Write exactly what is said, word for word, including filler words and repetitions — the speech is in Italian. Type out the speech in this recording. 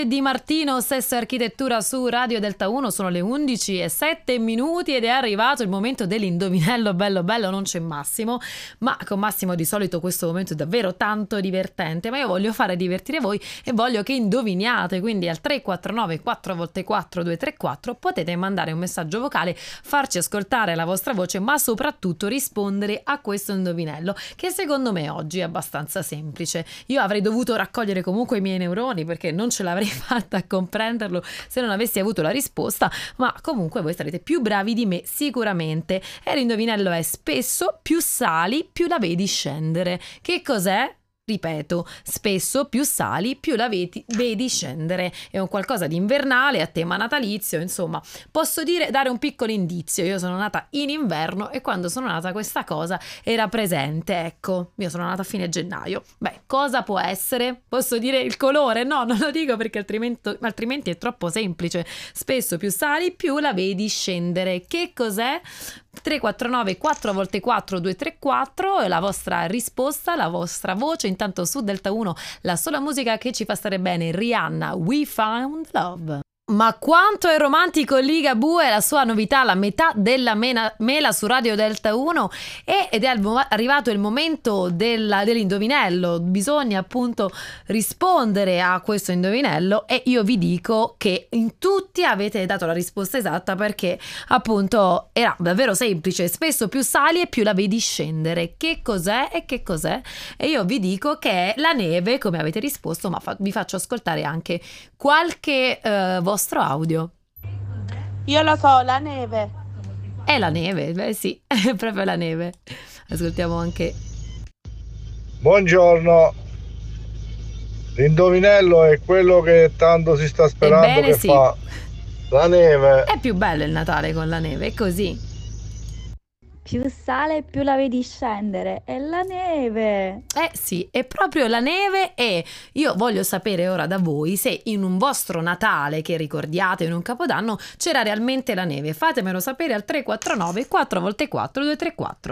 Di Martino, Sesso e Architettura su Radio Delta uno, sono le undici e sette minuti ed è arrivato il momento dell'indovinello bello bello, non c'è Massimo, ma con Massimo di solito questo momento è davvero tanto divertente, ma io voglio fare divertire voi e voglio che indoviniate, quindi al tre quattro nove quattro volte quattro due tre quattro potete mandare un messaggio vocale, farci ascoltare la vostra voce, ma soprattutto rispondere a questo indovinello che secondo me oggi è abbastanza semplice. Io avrei dovuto raccogliere comunque i miei neuroni perché non ce l'avrei fatta a comprenderlo se non avessi avuto la risposta, ma comunque voi sarete più bravi di me sicuramente. E l'indovinello è: spesso più sali più la vedi scendere. Che cos'è? Ripeto, spesso più sali più la vedi, vedi scendere. È un qualcosa di invernale a tema natalizio, insomma. Posso dire, dare un piccolo indizio: io sono nata in inverno e quando sono nata questa cosa era presente, ecco. Io sono nata a fine gennaio. Beh, cosa può essere? Posso dire il colore? No, non lo dico perché altrimenti, altrimenti è troppo semplice. Spesso più sali più la vedi scendere. Che cos'è? tre quattro nove quattro volte quattro due tre quattro è la vostra risposta, la vostra voce. Intanto su Delta uno la sola musica che ci fa stare bene, Rihanna, We Found Love. Ma quanto è romantico Ligabue, la sua novità, la metà della mena, mela su Radio Delta uno, e, ed è arrivato il momento della, dell'indovinello. Bisogna appunto rispondere a questo indovinello e io vi dico che in tutti avete dato la risposta esatta, perché appunto era davvero semplice: spesso più sali e più la vedi scendere. Che cos'è e che cos'è? E io vi dico che è la neve, come avete risposto, ma fa- vi faccio ascoltare anche qualche eh, vostro audio. Io lo so, la neve. È la neve, beh sì, è proprio la neve. Ascoltiamo anche. Buongiorno, l'indovinello è quello che tanto si sta sperando. Ebbene che sì. fa la neve. È più bello il Natale con la neve, è così. Più sale più la vedi scendere, è la neve. Eh sì, è proprio la neve. E io voglio sapere ora da voi se in un vostro Natale che ricordiate, in un Capodanno, c'era realmente la neve. Fatemelo sapere al tre quattro nove quattro volte quattro due tre quattro.